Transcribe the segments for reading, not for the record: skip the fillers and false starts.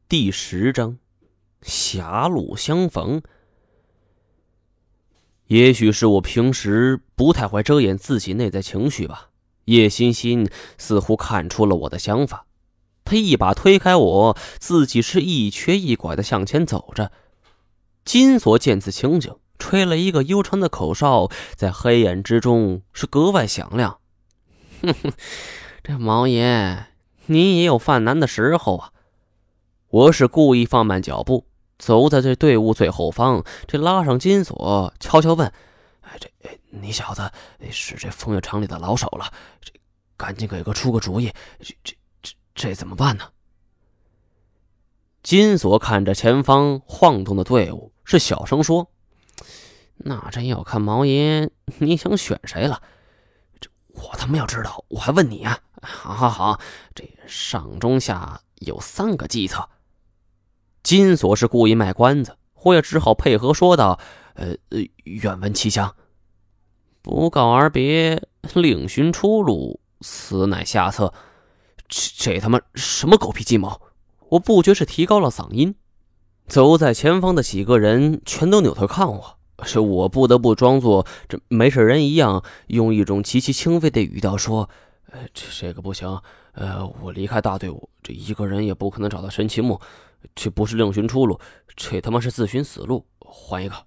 第10章，狭路相逢。也许是我平时不太会遮掩自己内在情绪吧，叶欣欣似乎看出了我的想法，他一把推开我，自己是一瘸一拐地向前走着。金锁见此情景，吹了一个悠长的口哨，在黑暗之中是格外响亮。哼哼，这毛爷，你也有犯难的时候啊。我是故意放慢脚步，走在这队伍最后方，这拉上金锁，悄悄问：你小子是这风月场里的老手了，赶紧给出个主意，这怎么办呢？金锁看着前方晃动的队伍，是小声说：那真要看毛爷你想选谁了。我他妈要知道，我还问你啊！好，这上中下有3个计策。金锁是故意卖关子，我也只好配合说道：愿闻其详。不告而别，另寻出路，此乃下策。这他妈什么狗屁计谋！我不觉是提高了嗓音。走在前方的几个人全都扭头看我，是我不得不装作这没事人一样，用一种极其轻微的语调说：这个不行，我离开大队伍，这一个人也不可能找到神奇木，这不是另寻出路，这他妈是自寻死路，换一个。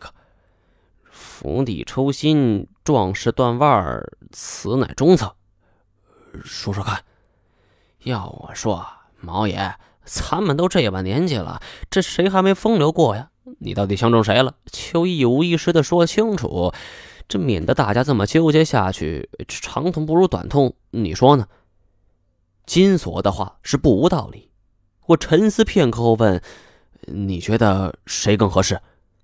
釜底抽薪，壮士断腕，此乃中策。说说看。要我说，毛爷，咱们都这把年纪了，这谁还没风流过呀？你到底相中谁了？就一五一十的说清楚，这免得大家这么纠结下去，长痛不如短痛，你说呢？金锁的话是不无道理。我沉思片刻后问：你觉得谁更合适？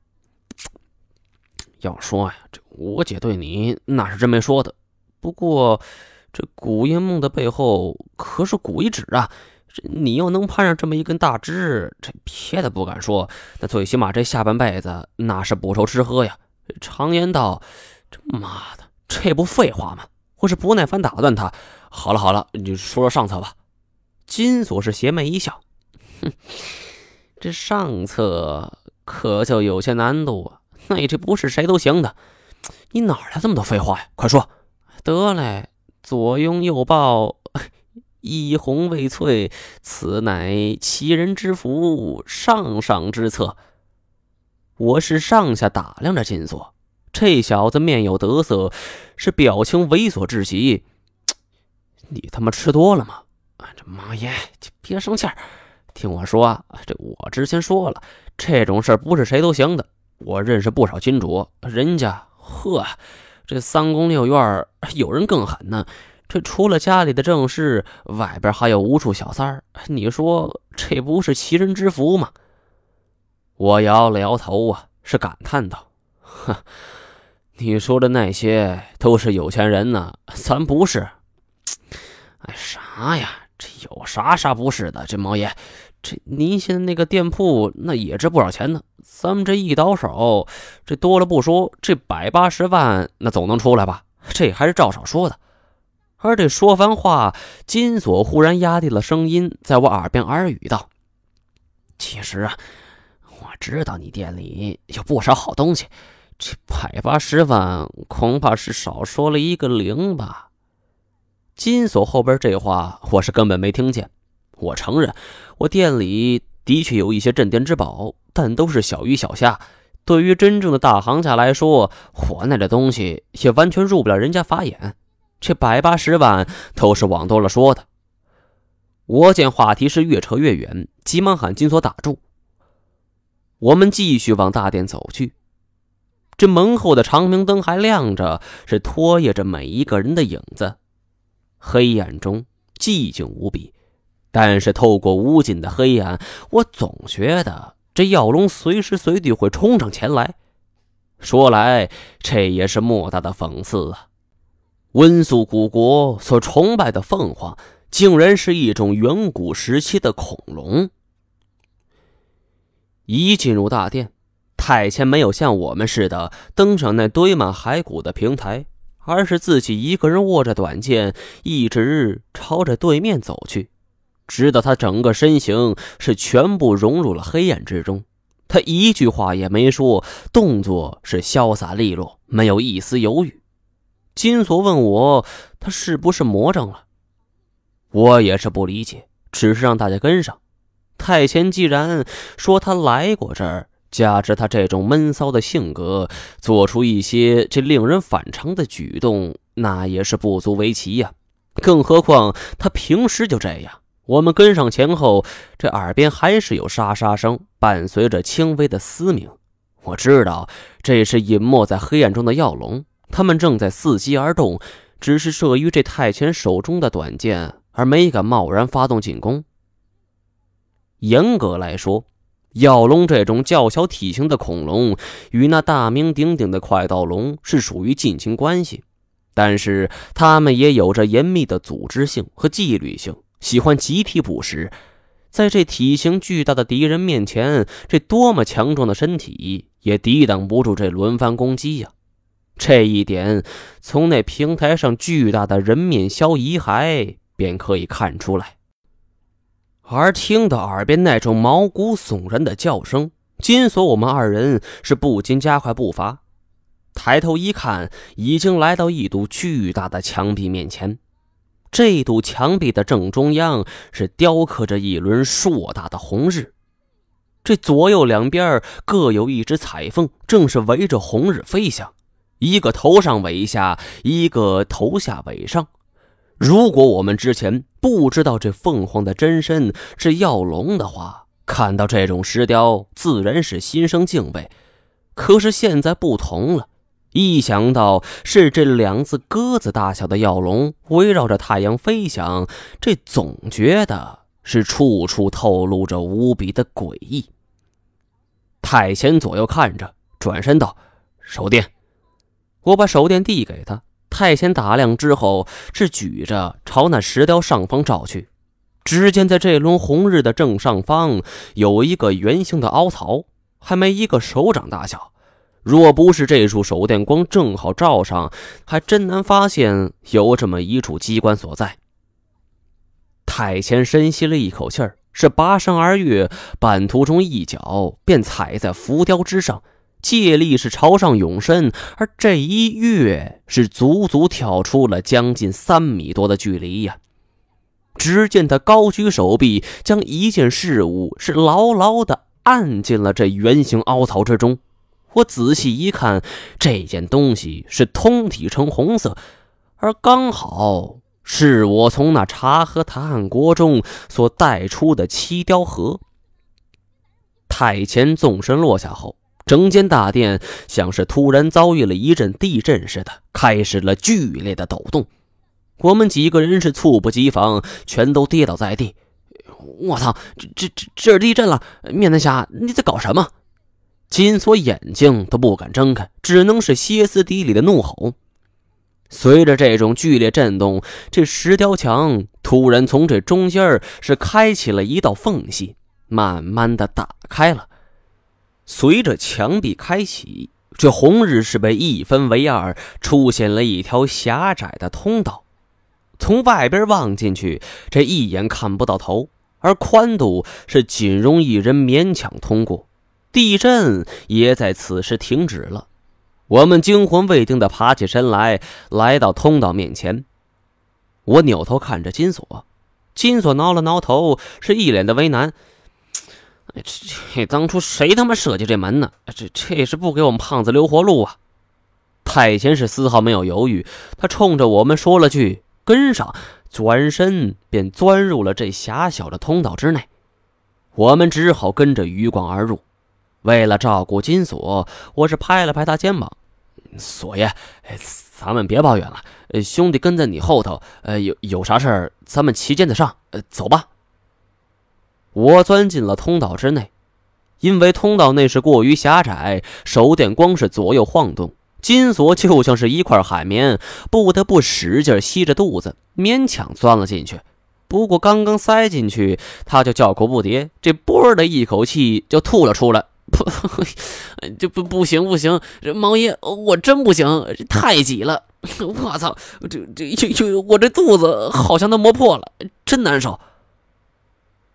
要说呀，这我姐对你那是真没说的。不过这古烟梦的背后可是古一指啊，你又能攀上这么一根大枝，这别的不敢说，那最起码这下半辈子那是不愁吃喝呀。常言道，这妈的，这不废话吗？我是不耐烦打断他。好了，你就说说上策吧。金锁是邪魅一笑，这上策可就有些难度啊，那这不是谁都行的。你哪来这么多废话呀？快说。得嘞，左拥右抱，一红未翠，此乃奇人之福，上之策。我是上下打量着金锁，这小子面有得色，是表情猥琐至极。你他妈吃多了吗？这妈耶，别生气儿，听我说，这我之前说了，这种事不是谁都行的。我认识不少金主，人家这3宫6院有人更狠呢。这除了家里的正事，外边还有无数小三儿，你说这不是奇人之福吗？我摇了摇头啊，是感叹道：你说的那些都是有钱人呢，咱不是。啥呀？这有啥不是的？这毛爷，这您现在那个店铺那也值不少钱呢。咱们这一倒手，这多了不说，这180万那总能出来吧？这还是赵少说的。而这说完话，金锁忽然压低了声音，在我耳边耳语道：其实啊，我知道你店里有不少好东西，这180万恐怕是少说了一个0吧。金锁后边这话我是根本没听见。我承认我店里的确有一些镇店之宝，但都是小鱼小虾，对于真正的大行家来说，我那这东西也完全入不了人家法眼。这180万都是往多了说的。我见话题是越扯越远，急忙喊金锁打住。我们继续往大殿走去，这门后的长明灯还亮着，是拖曳着每一个人的影子。黑暗中寂静无比，但是透过无尽的黑暗，我总觉得这药龙随时随地会冲上前来。说来这也是莫大的讽刺啊！温宿古国所崇拜的凤凰，竟然是一种远古时期的恐龙。一进入大殿，太监没有像我们似的登上那堆满骸骨的平台，而是自己一个人握着短剑，一直朝着对面走去。 直到他整个身形是全部融入了黑暗之中。他一句话也没说，动作是潇洒利落，没有一丝犹豫。金锁问我他是不是魔怔了，我也是不理解，只是让大家跟上。太前既然说他来过这儿，加之他这种闷骚的性格，做出一些这令人反常的举动，那也是不足为奇呀。更何况他平时就这样。我们跟上前后，这耳边还是有沙沙声，伴随着轻微的嘶鸣。我知道这是隐没在黑暗中的药龙，他们正在伺机而动，只是慑于这太前手中的短剑，而没敢贸然发动进攻。严格来说，药龙这种较小体型的恐龙与那大名鼎鼎的快刀龙是属于近亲关系，但是它们也有着严密的组织性和纪律性，喜欢集体捕食。在这体型巨大的敌人面前，这多么强壮的身体也抵挡不住这轮番攻击呀！这一点从那平台上巨大的人面鸮遗骸便可以看出来。而听到耳边那种毛骨悚然的叫声，金锁我们二人是不禁加快步伐。抬头一看，已经来到一堵巨大的墙壁面前。这堵墙壁的正中央是雕刻着一轮硕大的红日，这左右两边各有一只彩凤，正是围着红日飞翔，一个头上尾下，一个头下尾上。如果我们之前不知道这凤凰的真身是药龙的话，看到这种石雕自然是心生敬畏。可是现在不同了，一想到是这两只鸽子大小的药龙围绕着太阳飞翔，这总觉得是处处透露着无比的诡异。太前左右看着，转身道：“手电。”我把手电递给他，太前打量之后，是举着朝那石雕上方照去。只见在这轮红日的正上方有一个圆形的凹槽，还没一个手掌大小。若不是这束手电光正好照上，还真难发现有这么一处机关所在。太前深吸了一口气儿，是拔身而跃，半途中一脚便踩在浮雕之上，借力是朝上涌伸，而这一跃是足足跳出了将近3米多的距离呀。只见他高举手臂，将一件事物是牢牢地按进了这圆形凹槽之中。我仔细一看，这件东西是通体呈红色，而刚好是我从那查和探案国中所带出的七雕盒。太前纵身落下后，整间大殿像是突然遭遇了一阵地震似的，开始了剧烈的抖动。我们几个人是猝不及防，全都跌倒在地。我操，这是地震了！面南侠，你在搞什么？金锁眼睛都不敢睁开，只能是歇斯底里的怒吼。随着这种剧烈震动，这石雕墙突然从这中间是开启了一道缝隙，慢慢的打开了。随着墙壁开启，这红日是被一分为二，出现了一条狭窄的通道。从外边望进去，这一眼看不到头，而宽度是仅容一人勉强通过。地震也在此时停止了。我们惊魂未定地爬起身来，来到通道面前。我扭头看着金锁，金锁挠了挠头，是一脸的为难。这当初谁他妈设计这门呢？这是不给我们胖子留活路啊！太前是丝毫没有犹豫，他冲着我们说了句“跟上”，转身便钻入了这狭小的通道之内。我们只好跟着余光而入。为了照顾金锁，我是拍了拍他肩膀：“锁爷，咱们别抱怨了，兄弟跟在你后头，有啥事儿咱们齐肩的上，走吧。”我钻进了通道之内，因为通道内是过于狭窄，手电光是左右晃动，金锁就像是一块海绵，不得不使劲吸着肚子，勉强钻了进去。不过刚刚塞进去，他就叫苦不迭，这啵的一口气就吐了出来。不行，毛爷，我真不行，太挤了！我操，我这肚子好像都磨破了，真难受。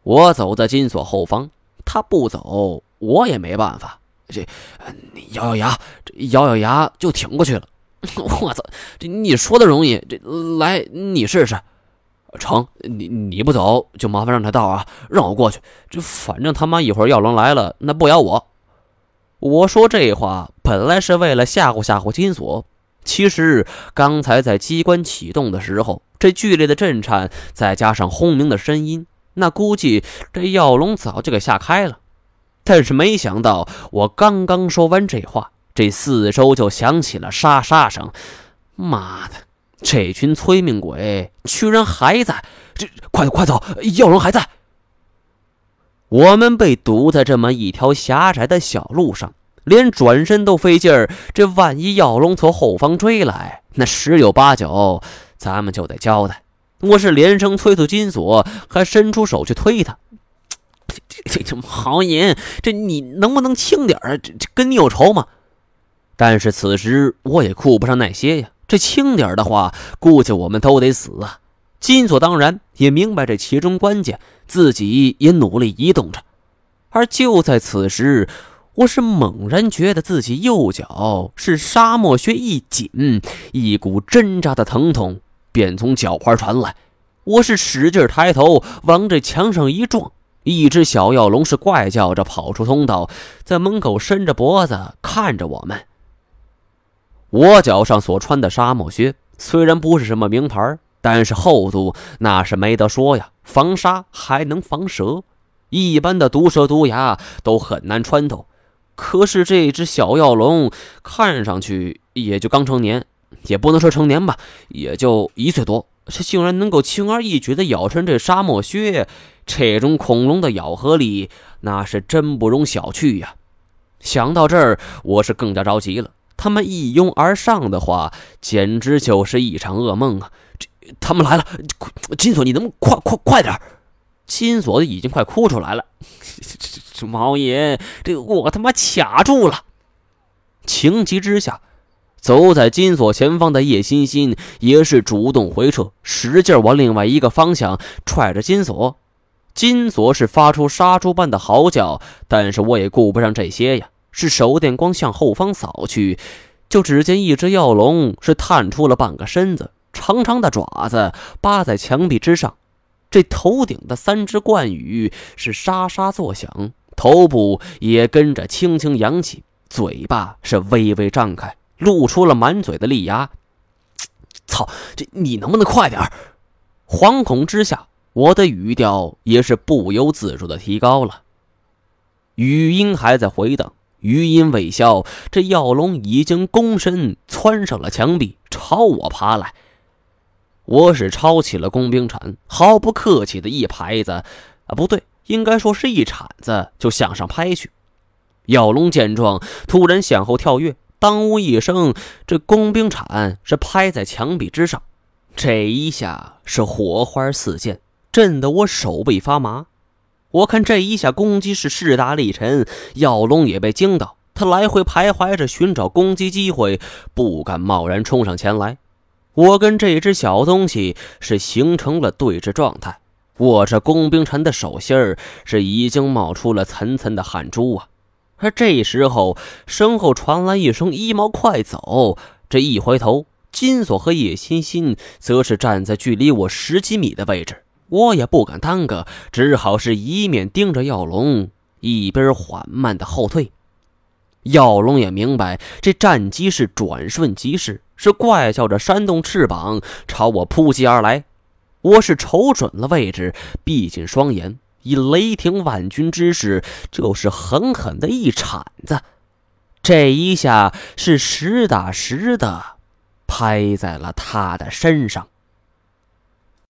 我走在金锁后方，他不走，我也没办法。你咬咬牙就挺过去了。我操，你说的容易，来你试试。成，你不走就麻烦让他道啊，让我过去。反正他妈一会儿药龙来了，那不咬我。我说这话本来是为了吓唬吓唬金锁，其实刚才在机关启动的时候，这剧烈的震颤再加上轰鸣的声音，那估计这药龙早就给吓开了。但是没想到我刚刚说完这话，这四周就响起了沙沙声。妈的，这群催命鬼居然还在！快走，药龙还在！我们被堵在这么一条狭窄的小路上，连转身都费劲儿。这万一药龙从后方追来，那十有八九咱们就得交代。我是连声催促金锁，还伸出手去推他。这好瘾，你能不能轻点儿？这跟你有仇吗？但是此时我也顾不上那些呀，这轻点的话，估计我们都得死啊。金锁当然也明白这其中关键，自己也努力移动着。而就在此时，我是猛然觉得自己右脚是沙漠穴一紧，一股针扎的疼痛便从脚踝传来。我是使劲抬头往这墙上一撞，一只小药龙是怪叫着跑出通道，在门口伸着脖子看着我们。我脚上所穿的沙漠靴虽然不是什么名牌，但是厚度那是没得说呀，防沙还能防蛇，一般的毒蛇毒牙都很难穿透。可是这只小药龙看上去也就刚成年，也不能说成年吧，也就1岁多，这竟然能够轻而易举地咬成这沙漠靴，这种恐龙的咬合力那是真不容小觑呀。想到这儿，我是更加着急了。他们一拥而上的话，简直就是一场噩梦啊！他们来了，金锁，你能快点！金锁已经快哭出来了。毛爷，我他妈卡住了！情急之下，走在金锁前方的叶欣欣也是主动回撤，使劲往另外一个方向踹着金锁。金锁是发出杀猪般的嚎叫，但是我也顾不上这些呀。是手电光向后方扫去，就只见一只药龙是探出了半个身子，长长的爪子扒在墙壁之上，这头顶的3只冠羽是沙沙作响，头部也跟着轻轻扬起，嘴巴是微微张开，露出了满嘴的利牙。操，你能不能快点？惶恐之下，我的语调也是不由自主的提高了。语音还在回荡，余音未消，这药龙已经躬身窜上了墙壁，朝我爬来。我是抄起了工兵铲，毫不客气的一拍子，不对，应该说是一铲子，就向上拍去。药龙见状，突然向后跳跃，当呜一声，这工兵铲是拍在墙壁之上。这一下是火花四溅，震得我手背发麻。我看这一下攻击是势大力沉，药龙也被惊到，他来回徘徊着寻找攻击机会，不敢贸然冲上前来。我跟这只小东西是形成了对峙状态，握着工兵铲的手心儿是已经冒出了层层的汗珠啊。而这时候身后传来一声一毛快走，这一回头，金锁和叶欣欣则是站在距离我10几米的位置。我也不敢耽搁，只好是一面盯着药龙，一边缓慢的后退。药龙也明白这战机是转瞬即逝，是怪叫着扇动翅膀朝我扑击而来。我是瞅准了位置，闭紧双眼，以雷霆万钧之势就是狠狠的一铲子。这一下是实打实的拍在了他的身上。